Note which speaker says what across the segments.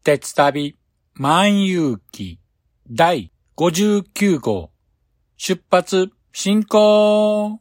Speaker 1: 鉄旅万有記第59号出発進行。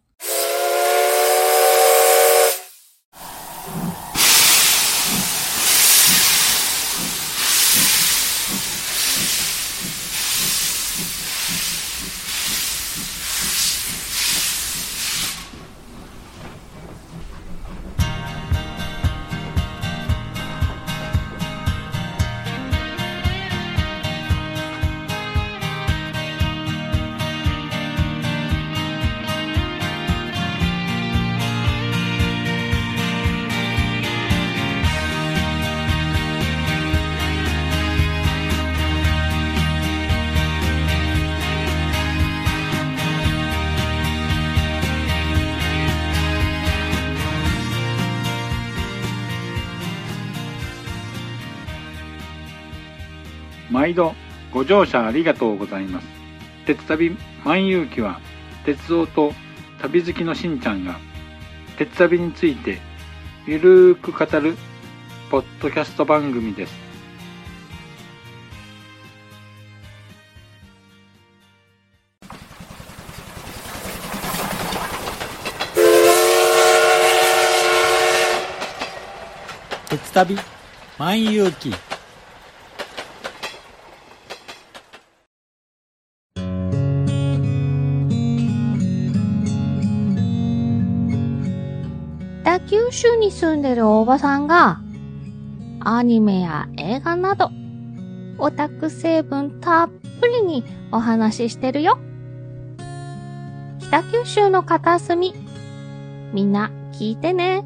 Speaker 2: 毎度ご乗車ありがとうございます。鉄旅万有記は鉄道と旅好きのしんちゃんが鉄旅についてゆるーく語るポッドキャスト番組です。
Speaker 1: 鉄旅万有記。
Speaker 3: 北九州に住んでるおばさんがアニメや映画などオタク成分たっぷりにお話ししてるよ。北九州の片隅、みんな聞いてね。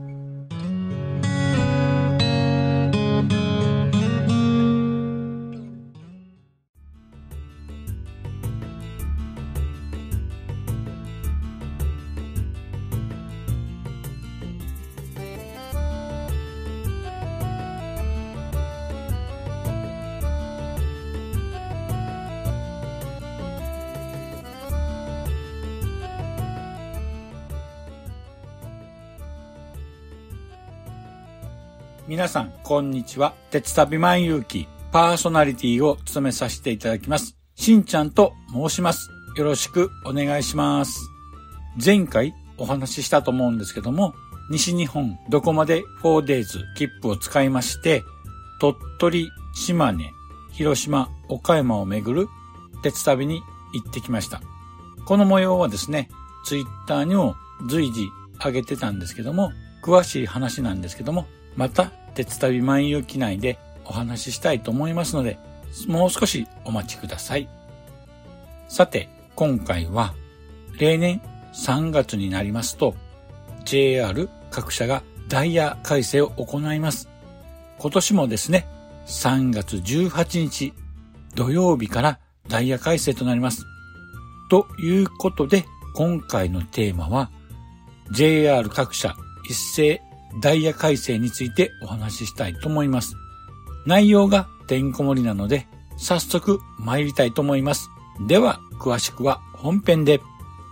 Speaker 1: 皆さんこんにちは。鉄旅万有記パーソナリティを務めさせていただきますしんちゃんと申します。よろしくお願いします。前回お話ししたと思うんですけども、西日本どこまで 4days 切符を使いまして鳥取、島根、広島、岡山を巡る鉄旅に行ってきました。この模様はですね、ツイッターにも随時上げてたんですけども、詳しい話なんですけども、また鉄旅万有記内でお話ししたいと思いますので、もう少しお待ちください。さて、今回は例年3月になりますと JR 各社がダイヤ改正を行います。今年もですね、3月18日土曜日からダイヤ改正となります。ということで、今回のテーマは JR 各社一斉ダイヤ改正についてお話ししたいと思います。内容がてんこ盛りなので、早速参りたいと思います。では、詳しくは本編で。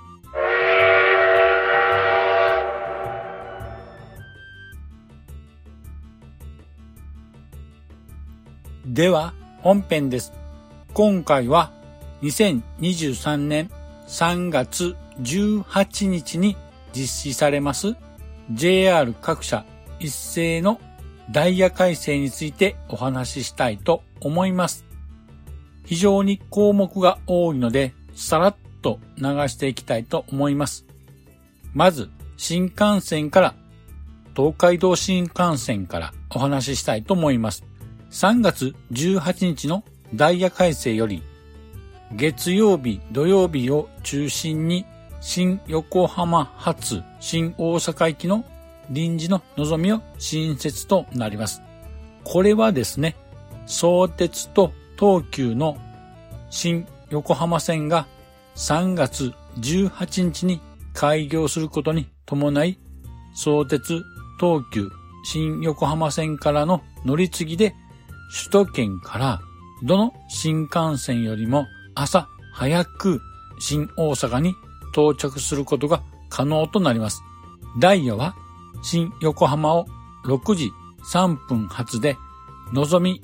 Speaker 1: では、本編です。今回は2023年3月18日に実施されますJR 各社一斉のダイヤ改正についてお話ししたいと思います。非常に項目が多いので、さらっと流していきたいと思います。まず、新幹線から、東海道新幹線からお話ししたいと思います。3月18日のダイヤ改正より、月曜日、土曜日を中心に新横浜発新大阪行きの臨時ののぞみを新設となります。これはですね、相鉄と東急の新横浜線が3月18日に開業することに伴い、相鉄、東急、新横浜線からの乗り継ぎで首都圏からどの新幹線よりも朝早く新大阪に到着することが可能となります。ダイヤは新横浜を6時3分発でのぞみ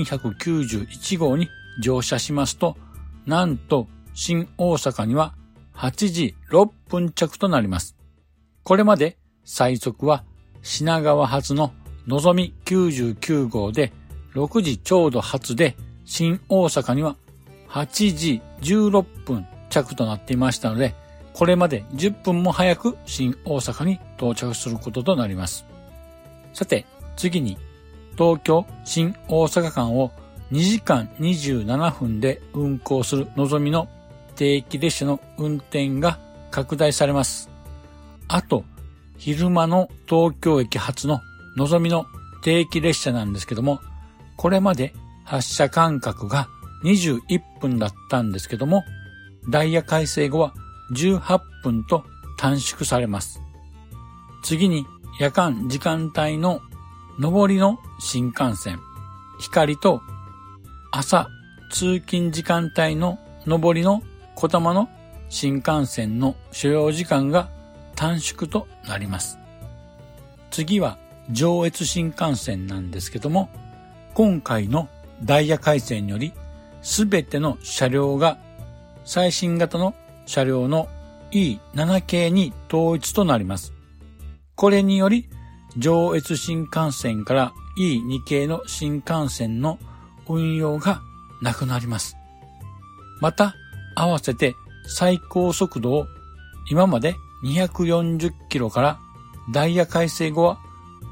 Speaker 1: 491号に乗車しますと、なんと新大阪には8時6分着となります。これまで最速は品川発ののぞみ99号で6時ちょうど発で、新大阪には8時16分着となっていましたので、これまで10分も早く新大阪に到着することとなります。さて、次に東京新大阪間を2時間27分で運行するのぞみの定期列車の運転が拡大されます。あと、昼間の東京駅発ののぞみの定期列車なんですけども、これまで発車間隔が21分だったんですけども、ダイヤ改正後は18分と短縮されます。次に夜間時間帯の上りの新幹線、光と朝通勤時間帯の上りのこだまの新幹線の所要時間が短縮となります。次は上越新幹線なんですけども、今回のダイヤ改正によりすべての車両が最新型の車両の E7 系に統一となります。これにより上越新幹線から E2 系の新幹線の運用がなくなります。また、合わせて最高速度を今まで240キロからダイヤ改正後は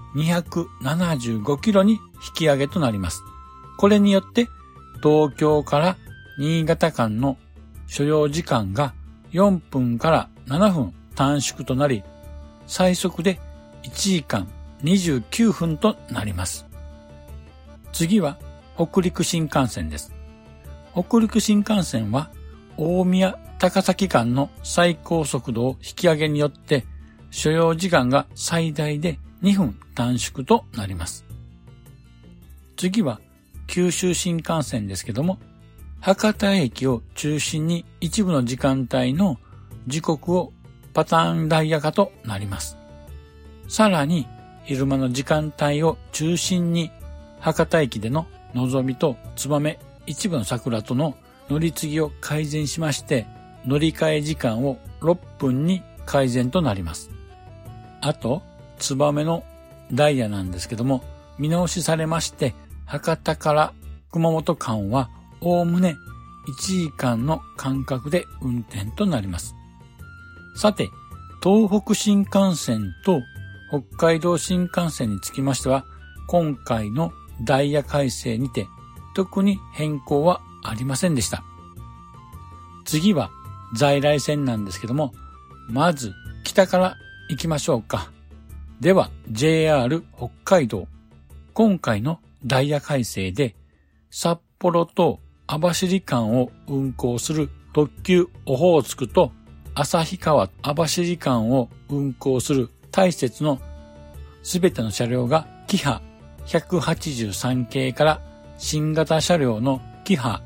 Speaker 1: 275キロに引き上げとなります。これによって東京から新潟間の所要時間が4分から7分短縮となり、最速で1時間29分となります。次は北陸新幹線です。北陸新幹線は大宮高崎間の最高速度を引き上げによって所要時間が最大で2分短縮となります。次は九州新幹線ですけども、博多駅を中心に一部の時間帯の時刻をパターンダイヤ化となります。さらに昼間の時間帯を中心に博多駅でののぞみとつばめ一部の桜との乗り継ぎを改善しまして、乗り換え時間を6分に改善となります。あと、つばめのダイヤなんですけども、見直しされまして、博多から熊本間はおおむね1時間の間隔で運転となります。さて、東北新幹線と北海道新幹線につきましては、今回のダイヤ改正にて特に変更はありませんでした。次は在来線なんですけども、まず北から行きましょうか。では JR 北海道、今回のダイヤ改正で札幌と網走間を運行する特急オホーツクと旭川網走間を運行する大雪のすべての車両がキハ183系から新型車両のキハ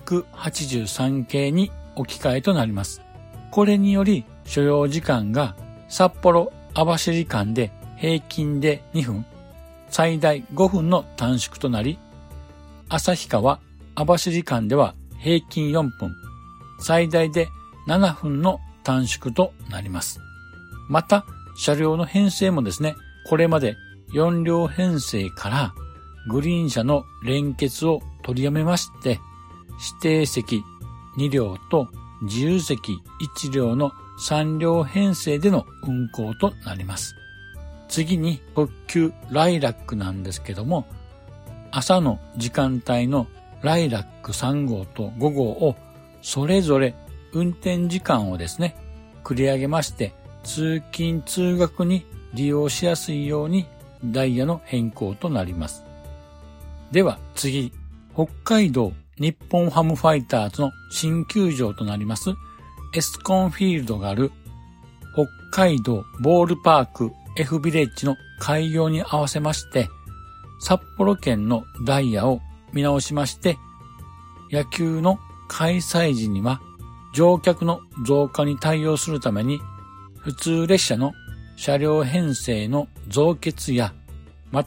Speaker 1: 283系に置き換えとなります。これにより所要時間が札幌網走間で平均で2分、最大5分の短縮となり、旭川網走間では平均4分、最大で7分の短縮となります。また、車両の編成もですね、これまで4両編成からグリーン車の連結を取りやめまして、指定席2両と自由席1両の3両編成での運行となります。次に特急ライラックなんですけども、朝の時間帯のライラック3号と5号をそれぞれ運転時間をですね、繰り上げまして、通勤通学に利用しやすいようにダイヤの変更となります。では次、北海道日本ハムファイターズの新球場となりますエスコンフィールドがある北海道ボールパーク F ビレッジの開業に合わせまして、札幌圏のダイヤを見直しまして、野球の開催時には乗客の増加に対応するために普通列車の車両編成の増結や、また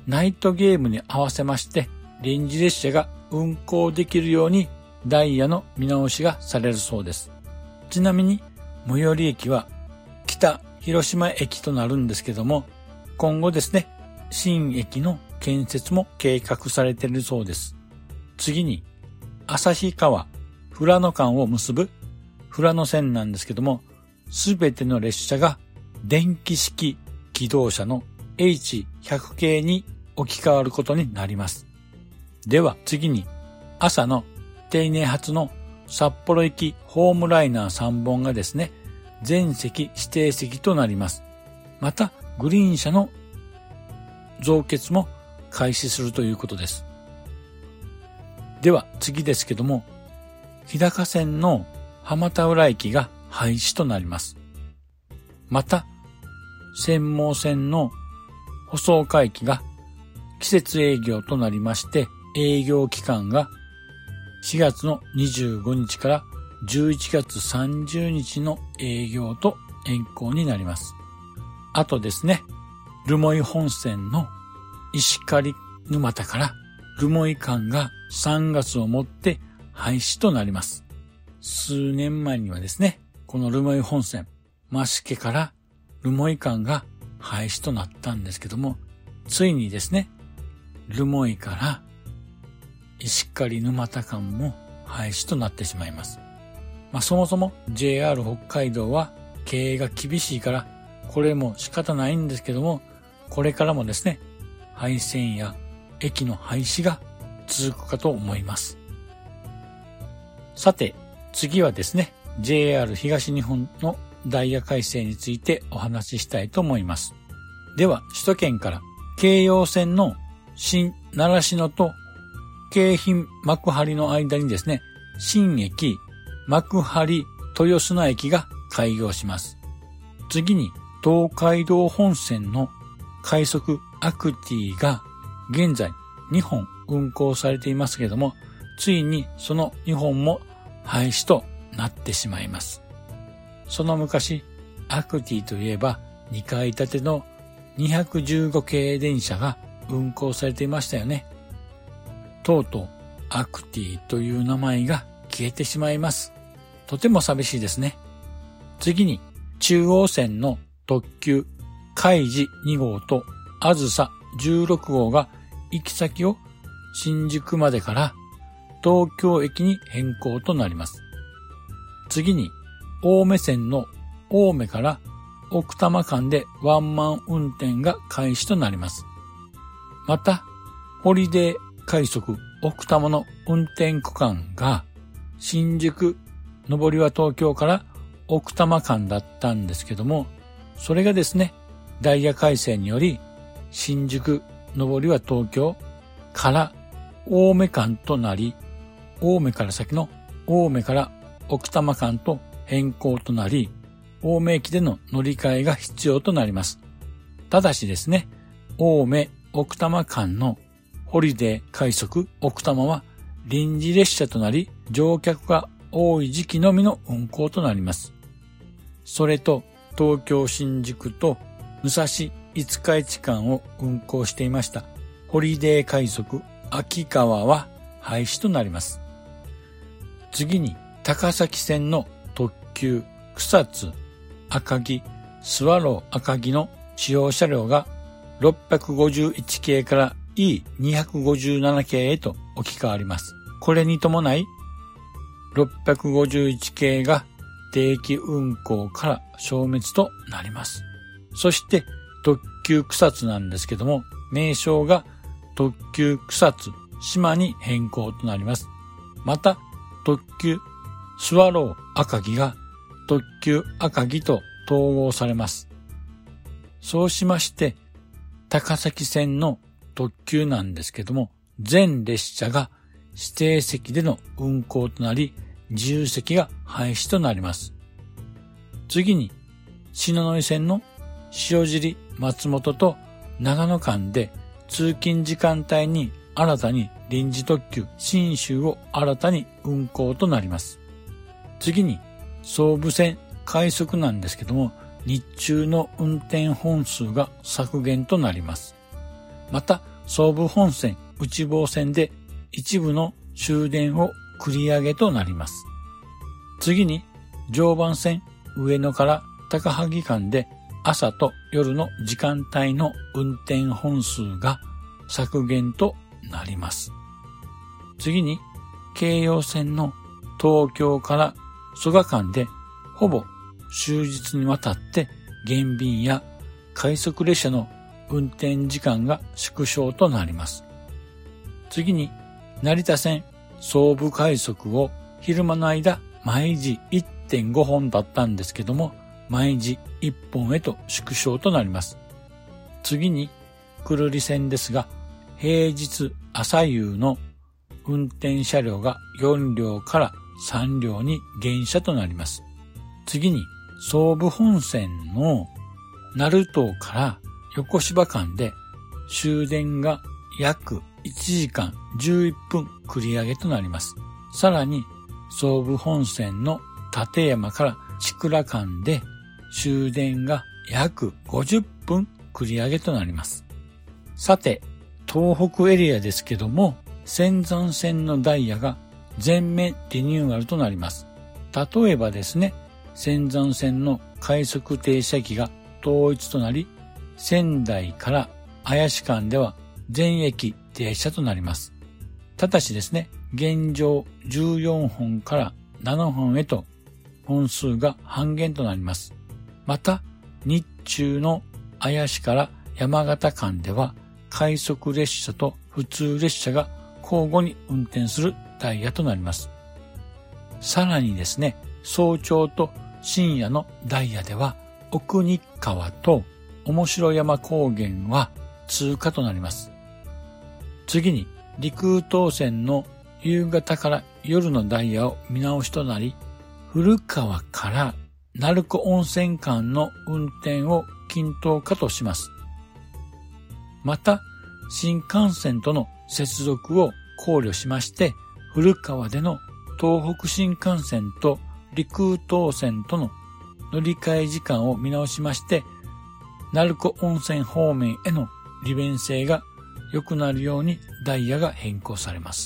Speaker 1: ナイトゲームに合わせまして臨時列車が運行できるようにダイヤの見直しがされるそうです。ちなみに最寄り駅は北広島駅となるんですけども、今後ですね、新駅の建設も計画されているそうです。次に旭川富良野間を結ぶ富良野線なんですけども、すべての列車が電気式気動車の H100 系に置き換わることになります。では次に朝の定年発の札幌行きホームライナー3本がですね、全席指定席となります。またグリーン車の増結も開始するということです。では次ですけども、日高線の浜田浦駅が廃止となります。また釧網線の細岡駅が季節営業となりまして、営業期間が4月の25日から11月30日の営業と変更になります。あとですね、留萌本線の石狩沼田から留萌間が3月をもって廃止となります。数年前にはですね、この留萌本線、増毛から留萌間が廃止となったんですけども、ついにですね、留萌から石狩沼田間も廃止となってしまいます。そもそも JR 北海道は経営が厳しいから、これも仕方ないんですけども、これからもですね、廃線や駅の廃止が続くかと思います。さて、次はですね、JR 東日本のダイヤ改正についてお話ししたいと思います。では、首都圏から京葉線の新習志野と京浜幕張の間にですね、新駅幕張豊砂駅が開業します。次に東海道本線の快速アクティが現在2本運行されていますけれども、ついにその2本も廃止となってしまいます。その昔、アクティといえば2階建ての215系電車が運行されていましたよね。とうとうアクティという名前が消えてしまいます。とても寂しいですね。次に中央線の特急海事2号とあずさ16号が行き先を新宿までから東京駅に変更となります。次に青梅線の青梅から奥多摩間でワンマン運転が開始となります。またホリデー快速奥多摩の運転区間が新宿上りは東京から奥多摩間だったんですけども、それがですね、ダイヤ改正により新宿上りは東京から青梅間となり、青梅から先の青梅から奥多摩間と変更となり、青梅駅での乗り換えが必要となります。ただしですね、青梅奥多摩間のホリデー快速奥多摩は臨時列車となり、乗客が多い時期のみの運行となります。それと東京新宿と武蔵五日市間を運行していましたホリデー快速秋川は廃止となります。次に高崎線の特急草津赤城スワロー赤城の使用車両が651系から E257 系へと置き換わります。これに伴い651系が定期運行から消滅となります。そして特急草津なんですけども、名称が特急草津島に変更となります。また特急スワロー赤城が特急赤城と統合されます。そうしまして高崎線の特急なんですけども、全列車が指定席での運行となり、自由席が廃止となります。次に篠ノ井線の塩尻松本と長野間で通勤時間帯に新たに臨時特急信州を新たに運行となります。次に総武線快速なんですけども、日中の運転本数が削減となります。また総武本線内房線で一部の終電を繰り上げとなります。次に常磐線上野から高萩間で朝と夜の時間帯の運転本数が削減となります。次に京葉線の東京から蘇我間でほぼ終日にわたって減便や快速列車の運転時間が縮小となります。次に成田線総武快速を昼間の間毎時 1.5 本だったんですけども、毎時1本へと縮小となります。次に久留里線ですが、平日朝夕の運転車両が4両から3両に減車となります。次に総武本線の鳴門から横芝間で終電が約1時間11分繰り上げとなります。さらに総武本線の立山から千倉間で終電が約50分繰り上げとなります。さて、東北エリアですけども、仙山線のダイヤが全面リニューアルとなります。例えばですね、仙山線の快速停車駅が統一となり、仙台から綾市間では全駅停車となります。ただしですね、現状14本から7本へと本数が半減となります。また、日中の綾市から山形間では快速列車と普通列車が交互に運転するダイヤとなります。さらにですね、早朝と深夜のダイヤでは奥日川と面白山高原は通過となります。次に陸東線の夕方から夜のダイヤを見直しとなり、古川から鳴子温泉間の運転を均等化とします。また、新幹線との接続を考慮しまして、古川での東北新幹線と陸東線との乗り換え時間を見直しまして、鳴子温泉方面への利便性が良くなるようにダイヤが変更されます。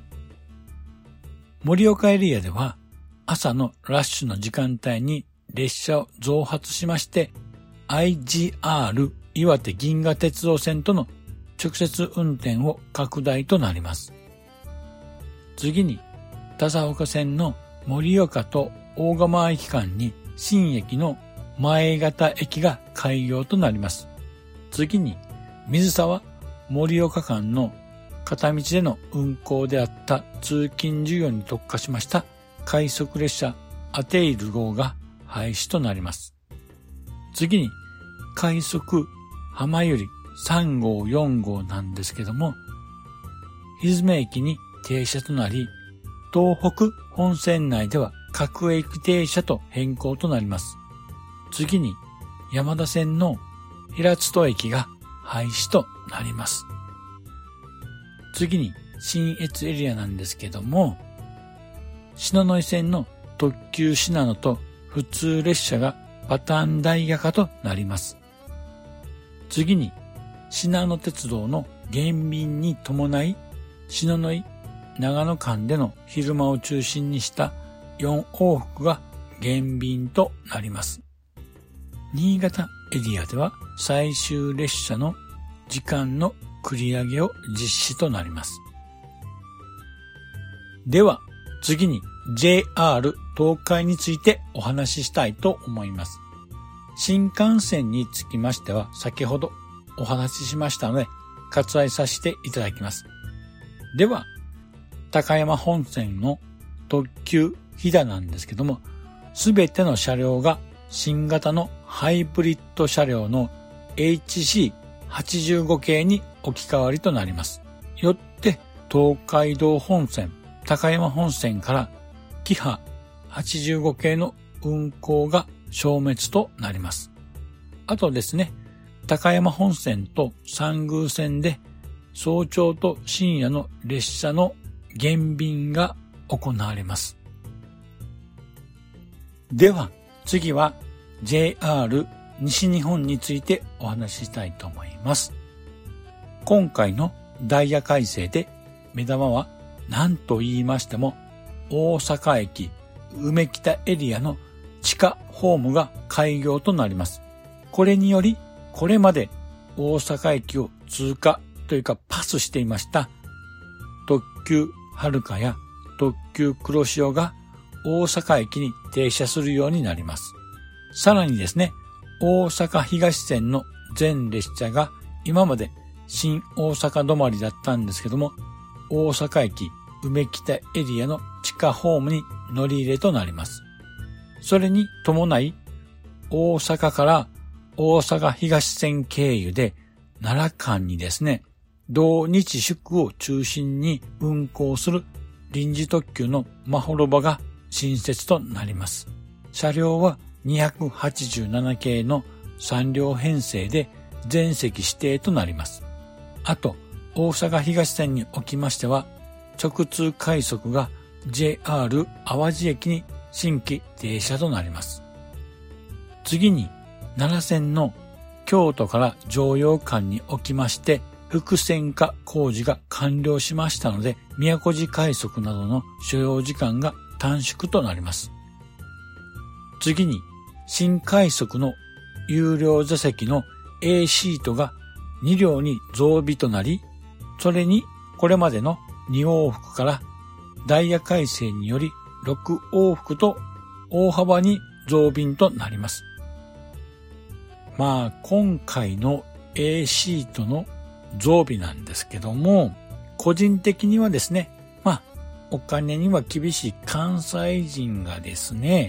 Speaker 1: 盛岡エリアでは朝のラッシュの時間帯に列車を増発しまして、IGR 岩手銀河鉄道線との直接運転を拡大となります。次に、笹岡線の盛岡と大釜駅間に新駅の前方駅が開業となります。次に、水沢盛岡間の片道での運行であった通勤需要に特化しました快速列車アテイル号が廃止となります。次に、快速浜百合3号4号なんですけども、ひずめ駅に停車となり、東北本線内では各駅停車と変更となります。次に、山田線の平津戸駅が廃止となります。次に、信越エリアなんですけども、篠ノ井線の特急しなのと普通列車がパターンダイヤ化となります。次に、しなの鉄道の減便に伴い、篠ノ井長野間での昼間を中心にした4往復が減便となります。新潟エリアでは最終列車の時間の繰り上げを実施となります。では次に JR 東海についてお話ししたいと思います。新幹線につきましては先ほどお話ししましたので割愛させていただきます。では高山本線の特急ひだなんですけども、すべての車両が新型のハイブリッド車両の HC85 系に置き換わりとなります。よって東海道本線、高山本線からキハ85系の運行が消滅となります。あとですね、高山本線と三宮線で早朝と深夜の列車の減便が行われます。では次は JR 西日本についてお話ししたいと思います。 今回のダイヤ改正で目玉は何と言いましても大阪駅梅北エリアの地下ホームが開業となります。これによりこれまで大阪駅を通過というかパスしていました特急はるかや特急黒潮が大阪駅に停車するようになります。さらにですね、大阪東線の全列車が今まで新大阪止まりだったんですけども、大阪駅梅北エリアの地下ホームに乗り入れとなります。それに伴い、大阪から大阪東線経由で奈良間にですね、同日祝を中心に運行する臨時特急のまほろばが新設となります。車両は287系の3両編成で全席指定となります。あと、大阪東線におきましては、直通快速が JR 淡路駅に新規停車となります。次に、奈良線の京都から常陽間におきまして、複線化工事が完了しましたので、宮古路快速などの所要時間が短縮となります。次に、新快速の有料座席の A シートが2両に増備となり、それにこれまでの2往復からダイヤ改正により6往復と大幅に増便となります。今回の A シートの増備なんですけども、個人的にはですね、お金には厳しい関西人がですね、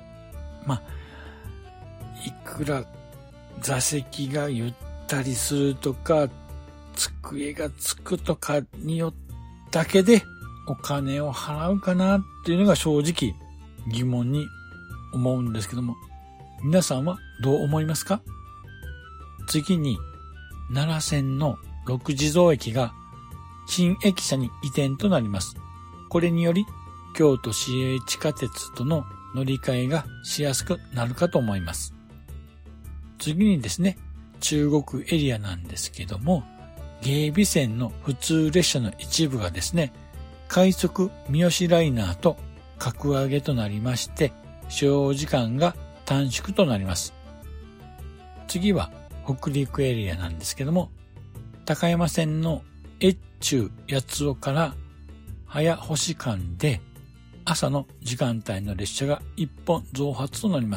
Speaker 1: いくら座席がゆったりするとか、机がつくとかによってだけでお金を払うかなっていうのが正直疑問に思うんですけども、皆さんはどう思いますか？次に、奈良線の六地蔵駅が新駅舎に移転となります。これにより、京都市営地下鉄との乗り換えがしやすくなるかと思います。次にですね、中国エリアなんですけども、芸備線の普通列車の一部がですね、快速三好ライナーと格上げとなりまして、所要時間が短縮となります。次は北陸エリアなんですけども、高山線の越中八尾から早星間で朝の時間帯の列車が1本増発となります。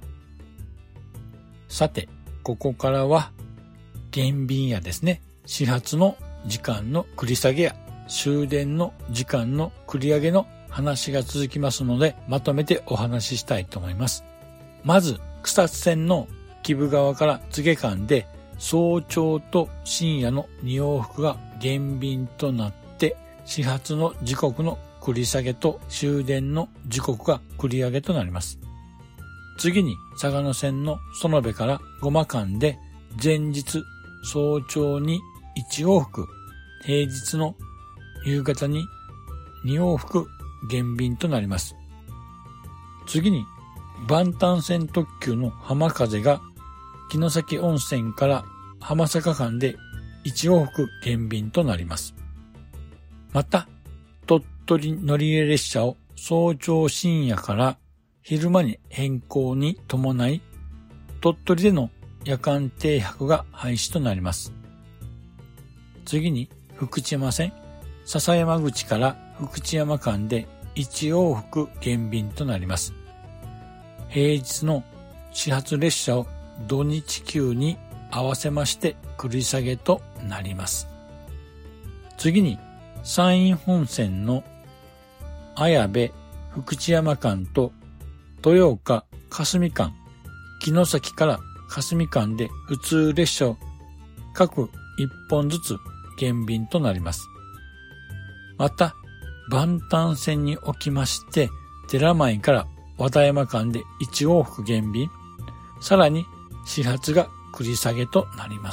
Speaker 1: さて、ここからは減便やですね、始発の時間の繰り下げや終電の時間の繰り上げの話が続きますので、まとめてお話ししたいと思います。まず、草津線の木生川から柘植間で早朝と深夜の2往復が減便となって、始発の時刻の繰り下げと終電の時刻が繰り上げとなります。次に、嵯峨野線の園部から護摩間で前日早朝に1往復、平日の夕方に2往復減便となります。次に、万端線特急の浜風が城崎温泉から浜坂間で1往復減便となります。また、鳥取乗り入れ列車を早朝深夜から昼間に変更に伴い、鳥取での夜間停泊が廃止となります。次に、福知山線、篠山口から福知山間で1往復減便となります。平日の始発列車を土日休に合わせまして繰り下げとなります。次に、山陰本線の綾部福知山間と豊岡霞間、城崎から霞間で普通列車を各1本ずつ減便となります。また、万端線におきまして、寺前から和田山間で1往復減便、さらに始発が繰り下げとなります。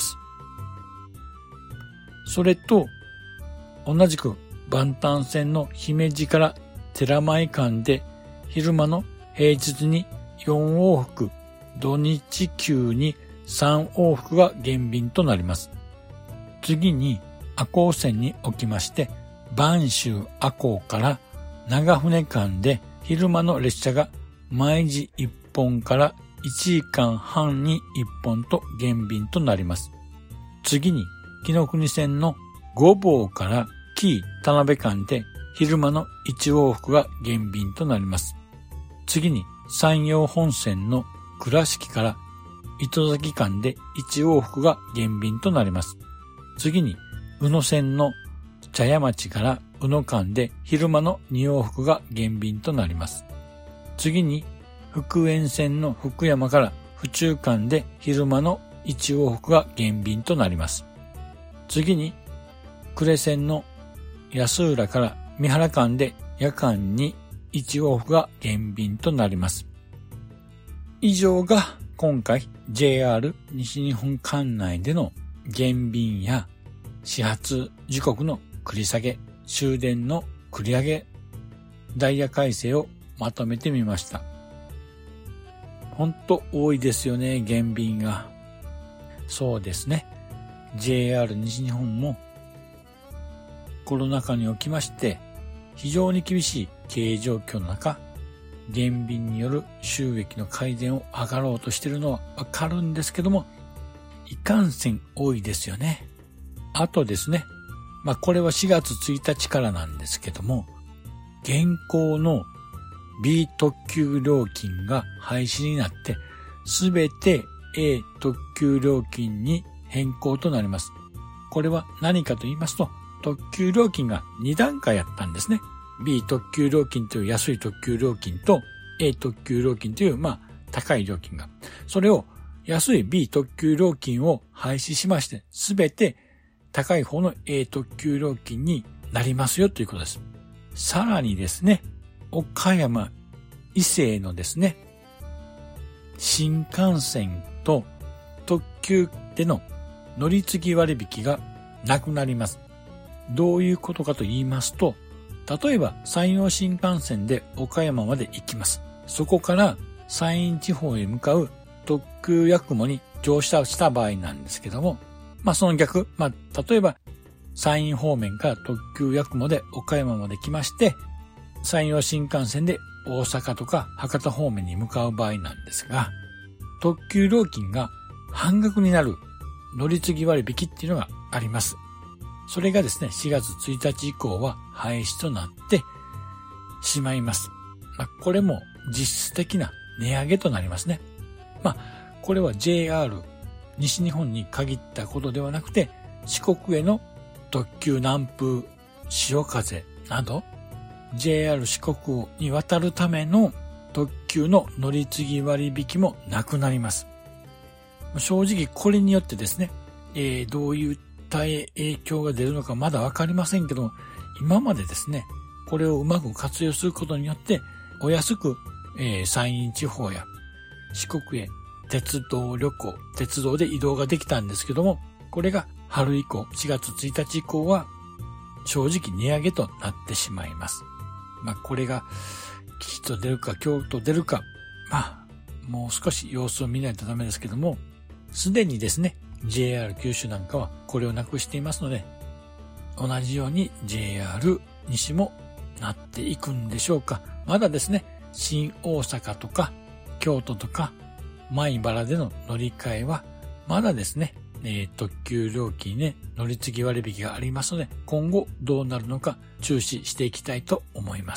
Speaker 1: それと、同じく万端線の姫路から寺前間で昼間の平日に4往復、土日休に3往復が減便となります。 次に赤穂線におきまして、播州赤穂から長船間で昼間の列車が毎時1本から1時間半に1本と減便となります。次に紀ノ国線の御坊から紀伊田辺間で昼間の1往復が減便となります。次に山陽本線の倉敷から糸崎間で1往復が減便となります。次に宇野線の茶屋町から宇野間で昼間の2往復が減便となります。次に福塩線の福山から府中間で昼間の1往復が減便となります。次に呉線の安浦から三原間で夜間に1往復が減便となります。以上が今回 JR 西日本管内での減便や始発時刻の繰り下げ、終電の繰り上げ、ダイヤ改正をまとめてみました。ほんと多いですよね、減便が。そうですね。JR 西日本もコロナ禍におきまして非常に厳しい経営状況の中、減便による収益の改善を図ろうとしているのはわかるんですけども、いかんせん多いですよね。あとですね、これは4月1日からなんですけども、現行の B 特急料金が廃止になって、すべて A 特急料金に変更となります。これは何かと言いますと、特急料金が2段階あったんですね。B 特急料金という安い特急料金と A 特急料金という高い料金が。それを安い B 特急料金を廃止しまして、すべて高い方の A 特急料金になりますよということです。さらにですね、岡山伊勢のですね、新幹線と特急での乗り継ぎ割引がなくなります。どういうことかと言いますと、例えば山陽新幹線で岡山まで行きます。そこから山陰地方へ向かう特急やくもに乗車した場合なんですけども、その逆、例えば山陰方面から特急やくもで岡山まで来まして、山陽新幹線で大阪とか博多方面に向かう場合なんですが、特急料金が半額になる乗り継ぎ割引っていうのがあります。それがですね、4月1日以降は廃止となってしまいます。これも実質的な値上げとなりますね。これは JR 西日本に限ったことではなくて、四国への特急南風、潮風など、JR 四国に渡るための特急の乗り継ぎ割引もなくなります。正直これによってですね、どういった影響が出るのかまだわかりませんけど、今までですね、これをうまく活用することによって、お安く、山陰地方や四国へ鉄道旅行、鉄道で移動ができたんですけども、これが春以降、4月1日以降は正直値上げとなってしまいます。これが吉と出るか凶と出るか、もう少し様子を見ないとダメですけども、すでにですね、JR 九州なんかはこれをなくしていますので、同じように JR 西もなっていくんでしょうか。まだですね、新大阪とか京都とか米原での乗り換えはまだですね、特急料金ね、乗り継ぎ割引がありますので、今後どうなるのか注視していきたいと思います。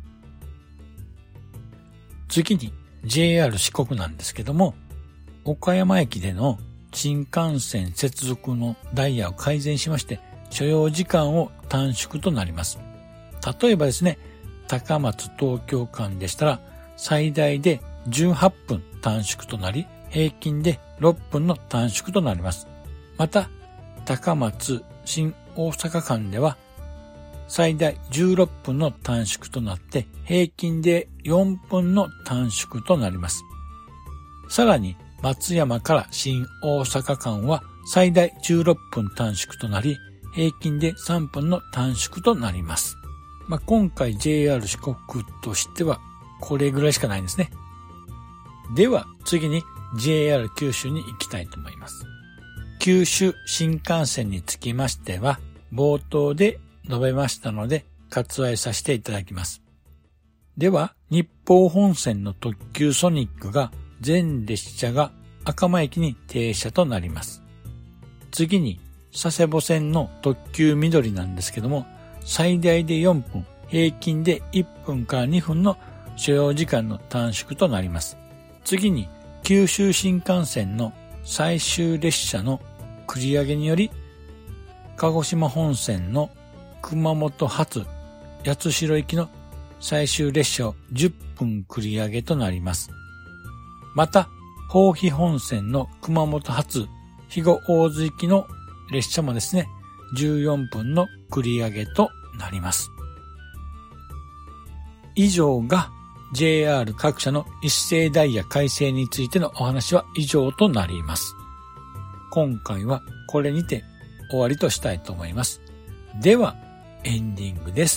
Speaker 1: 次に JR 四国なんですけども、岡山駅での新幹線接続のダイヤを改善しまして、所要時間を短縮となります。例えばですね、高松東京間でしたら最大で18分短縮となり、平均で6分の短縮となります。また、高松新大阪間では最大16分の短縮となって、平均で4分の短縮となります。さらに、松山から新大阪間は最大16分短縮となり、平均で3分の短縮となります。今回 JR 四国としてはこれぐらいしかないんですね。では次に JR 九州に行きたいと思います。 九州新幹線につきましては、冒頭で述べましたので、割愛させていただきます。では、日豊本線の特急ソニックが全列車が赤間駅に停車となります。次に、佐世保線の特急緑なんですけども、最大で4分、平均で1分から2分の所要時間の短縮となります。次に、九州新幹線の最終列車の繰り上げにより、鹿児島本線の熊本発八代行きの最終列車を10分繰り上げとなります。また、豊肥本線の熊本発肥後大津行きの列車もですね、14分の繰り上げとなります。以上が JR 各社の一斉ダイヤ改正についてのお話は以上となります。今回はこれにて終わりとしたいと思います。では、エンディングです。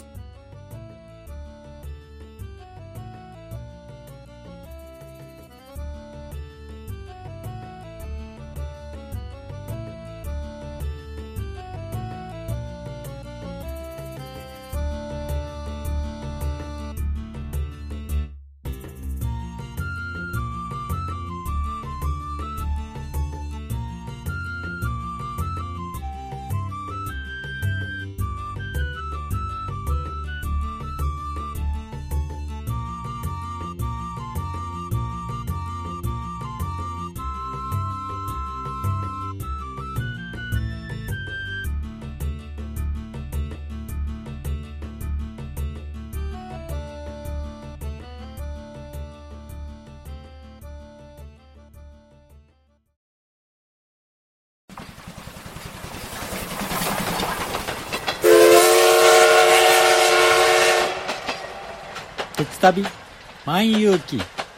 Speaker 1: 鉄旅万有記。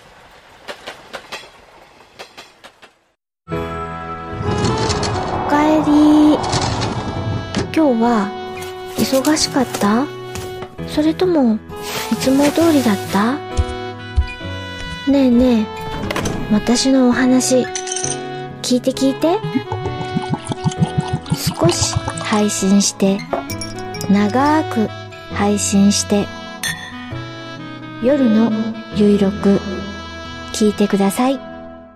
Speaker 3: おかえり。今日は忙しかった？それともいつも通りだった？ねえねえ、私のお話聞いて。少し配信して、長く配信して、夜のゆいろく聞いてください。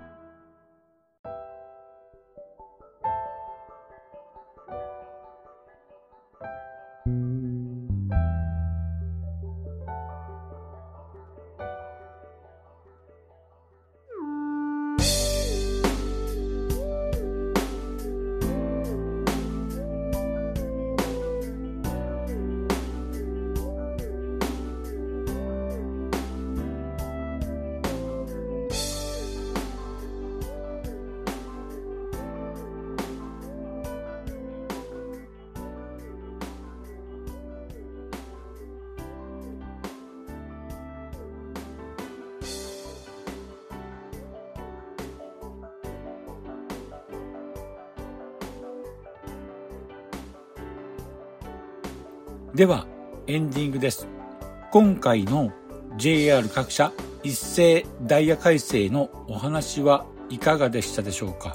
Speaker 1: では、エンディングです。今回の JR 各社一斉ダイヤ改正のお話はいかがでしたでしょうか。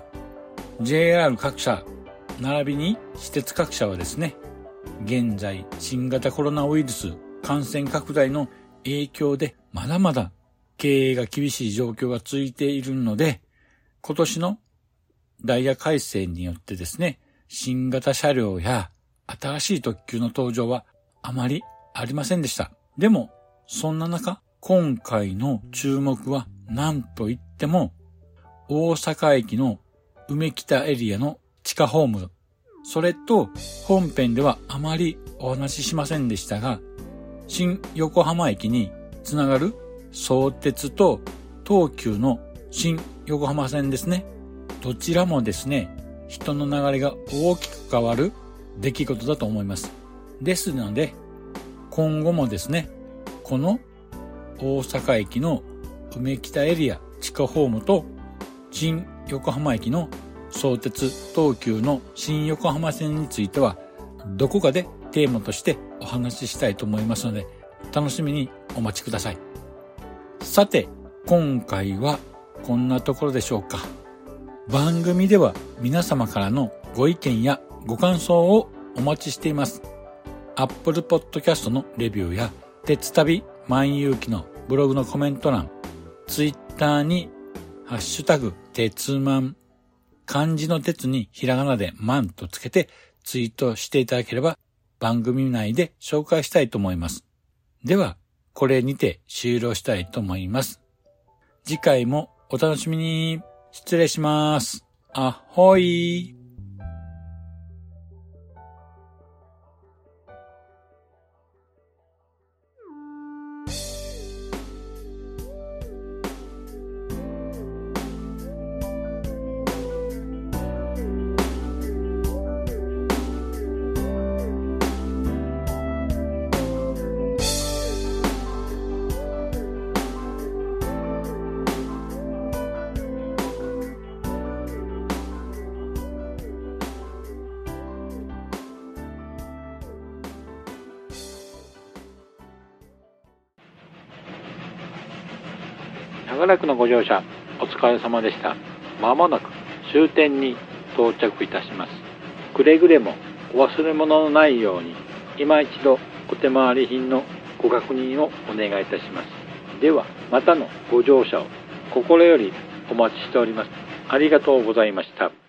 Speaker 1: JR 各社並びに私鉄各社はですね、現在新型コロナウイルス感染拡大の影響でまだまだ経営が厳しい状況が続いているので、今年のダイヤ改正によってですね、新型車両や新しい特急の登場はあまりありませんでした。でも、そんな中、今回の注目は何と言っても、大阪駅の梅北エリアの地下ホーム、それと本編ではあまりお話ししませんでしたが、新横浜駅につながる相鉄と東急の新横浜線ですね。どちらもですね、人の流れが大きく変わる出来事だと思います。ですので、今後もですね、この大阪駅の梅北エリア地下ホームと新横浜駅の相鉄東急の新横浜線については、どこかでテーマとしてお話ししたいと思いますので、楽しみにお待ちください。さて、今回はこんなところでしょうか。 番組では皆様からのご意見やご感想をお待ちしています。Apple Podcast のレビューや鉄旅万有記のブログのコメント欄、Twitter にハッシュタグ鉄マン、漢字の鉄にひらがなでマンとつけてツイートしていただければ番組内で紹介したいと思います。では、これにて終了したいと思います。次回もお楽しみに。失礼します。あほい。
Speaker 2: 長らくのご乗車お疲れ様でした。まもなく終点に到着いたします。くれぐれもお忘れ物のないように今一度お手回り品のご確認をお願いいたします。ではまたのご乗車を心よりお待ちしております。ありがとうございました。